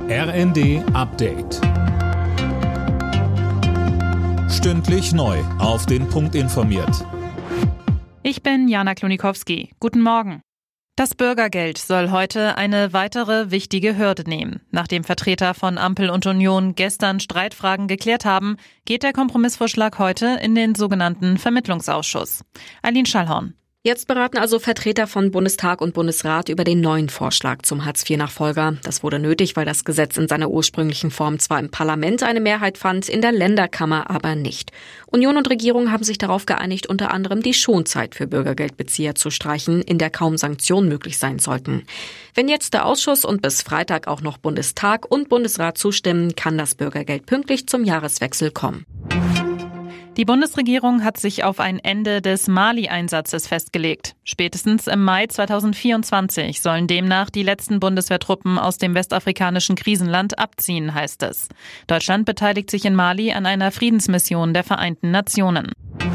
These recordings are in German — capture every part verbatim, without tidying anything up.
R N D Update. Stündlich neu auf den Punkt informiert. Ich bin Jana Klonikowski. Guten Morgen. Das Bürgergeld soll heute eine weitere wichtige Hürde nehmen. Nachdem Vertreter von Ampel und Union gestern Streitfragen geklärt haben, geht der Kompromissvorschlag heute in den sogenannten Vermittlungsausschuss. Eileen Schallhorn. Jetzt beraten also Vertreter von Bundestag und Bundesrat über den neuen Vorschlag zum Hartz vier Nachfolger. Das wurde nötig, weil das Gesetz in seiner ursprünglichen Form zwar im Parlament eine Mehrheit fand, in der Länderkammer aber nicht. Union und Regierung haben sich darauf geeinigt, unter anderem die Schonzeit für Bürgergeldbezieher zu streichen, in der kaum Sanktionen möglich sein sollten. Wenn jetzt der Ausschuss und bis Freitag auch noch Bundestag und Bundesrat zustimmen, kann das Bürgergeld pünktlich zum Jahreswechsel kommen. Die Bundesregierung hat sich auf ein Ende des Mali-Einsatzes festgelegt. Spätestens im Mai zweitausendvierundzwanzig sollen demnach die letzten Bundeswehrtruppen aus dem westafrikanischen Krisenland abziehen, heißt es. Deutschland beteiligt sich in Mali an einer Friedensmission der Vereinten Nationen.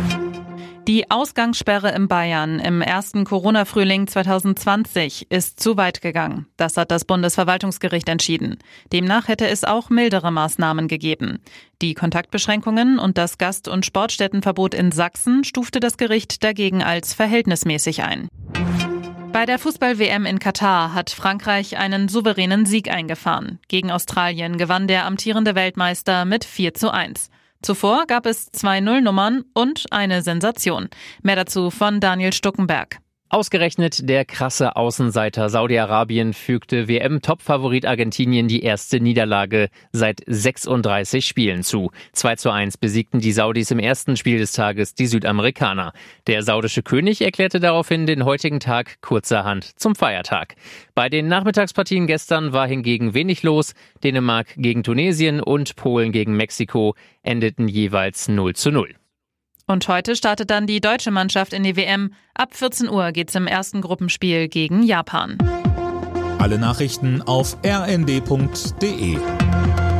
Die Ausgangssperre in Bayern im ersten Corona-Frühling zweitausendzwanzig ist zu weit gegangen. Das hat das Bundesverwaltungsgericht entschieden. Demnach hätte es auch mildere Maßnahmen gegeben. Die Kontaktbeschränkungen und das Gast- und Sportstättenverbot in Sachsen stufte das Gericht dagegen als verhältnismäßig ein. Bei der Fußball-W M in Katar hat Frankreich einen souveränen Sieg eingefahren. Gegen Australien gewann der amtierende Weltmeister mit vier zu eins. Zuvor gab es zwei Nullnummern und eine Sensation. Mehr dazu von Daniel Stuckenberg. Ausgerechnet der krasse Außenseiter Saudi-Arabien fügte W M-Topfavorit Argentinien die erste Niederlage seit sechsunddreißig Spielen zu. zwei zu eins besiegten die Saudis im ersten Spiel des Tages die Südamerikaner. Der saudische König erklärte daraufhin den heutigen Tag kurzerhand zum Feiertag. Bei den Nachmittagspartien gestern war hingegen wenig los. Dänemark gegen Tunesien und Polen gegen Mexiko endeten jeweils null zu null. Und heute startet dann die deutsche Mannschaft in die W M. Ab vierzehn Uhr geht's im ersten Gruppenspiel gegen Japan. Alle Nachrichten auf r n d punkt d e.